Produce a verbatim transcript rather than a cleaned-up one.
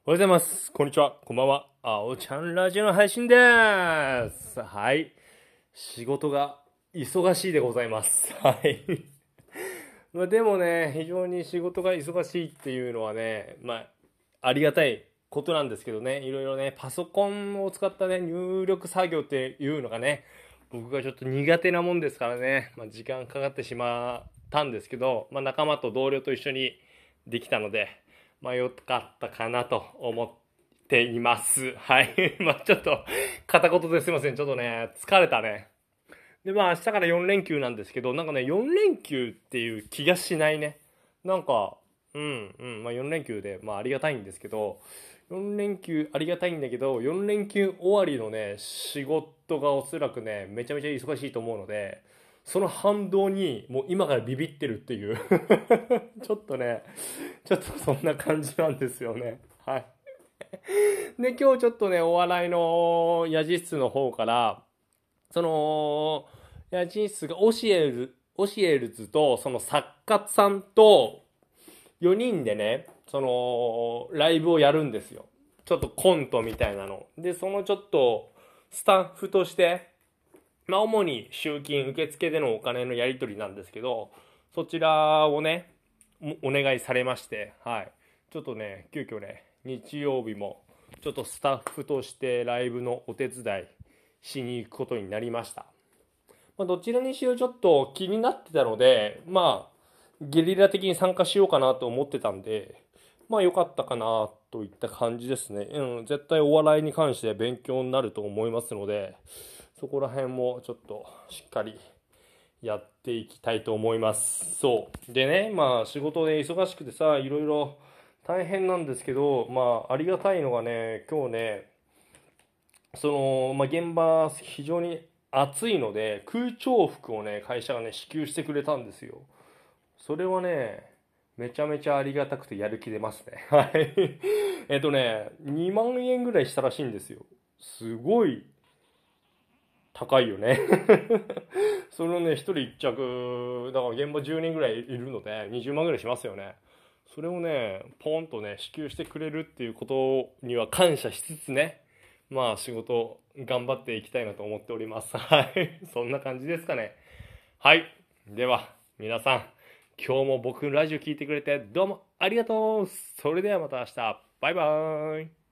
おはようございます。こんにちは。こんばんは。あおちゃんラジオの配信です。はい。仕事が忙しいでございます。はい。まあでもね、非常に仕事が忙しいっていうのはね、まあ、ありがたいことなんですけどね、いろいろね、パソコンを使ったね、入力作業っていうのがね、僕がちょっと苦手なもんですからね、まあ時間かかってしまったんですけど、まあ仲間と同僚と一緒にできたので、まあ良かったかなと思っています。はい。まあちょっと片言ですいません。ちょっとね、疲れたね。で、まあ明日からよん連休なんですけど、なんかね、よん連休っていう気がしないね。なんか、うん、うん、まあよん連休で、まあありがたいんですけど、よん連休ありがたいんだけど、よん連休終わりのね、仕事がおそらくね、めちゃめちゃ忙しいと思うので、その反動にもう今からビビってるっていうちょっとね、ちょっとそんな感じなんですよね。はい。で、今日ちょっとね、お笑いのヤジ室の方から、その、ヤジ室がオシエル、オシエルズと、その作家さんとよにんでね、その、ライブをやるんですよ。ちょっとコントみたいなの。で、そのちょっと、スタッフとして、まあ、主に集金受付でのお金のやり取りなんですけど、そちらをね、お願いされまして、はい。ちょっとね、急遽ね、日曜日も、ちょっとスタッフとしてライブのお手伝いしに行くことになりました。まあ、どちらにしろちょっと気になってたので、まあ、ゲリラ的に参加しようかなと思ってたんで、まあ良かったかなといった感じですね。うん、絶対お笑いに関して勉強になると思いますので、そこら辺もちょっとしっかりやっていきたいと思います。そう。でね、まあ仕事で忙しくてさ、いろいろ大変なんですけど、まあありがたいのがね、今日ね、その、まあ現場非常に暑いので、空調服をね、会社がね、支給してくれたんですよ。それはね、めちゃめちゃありがたくてやる気出ますね。はい。えっとね、にまん円ぐらいしたらしいんですよ。すごい高いよね。それをね、一人一着、だから現場じゅうにんぐらいいるので、にじゅうまんぐらいしますよね。それをね、ポンとね、支給してくれるっていうことには感謝しつつね、まあ仕事頑張っていきたいなと思っております。はい。そんな感じですかね。はい。では、皆さん、今日も僕のラジオ聞いてくれてどうもありがとう。それではまた明日。バイバーイ。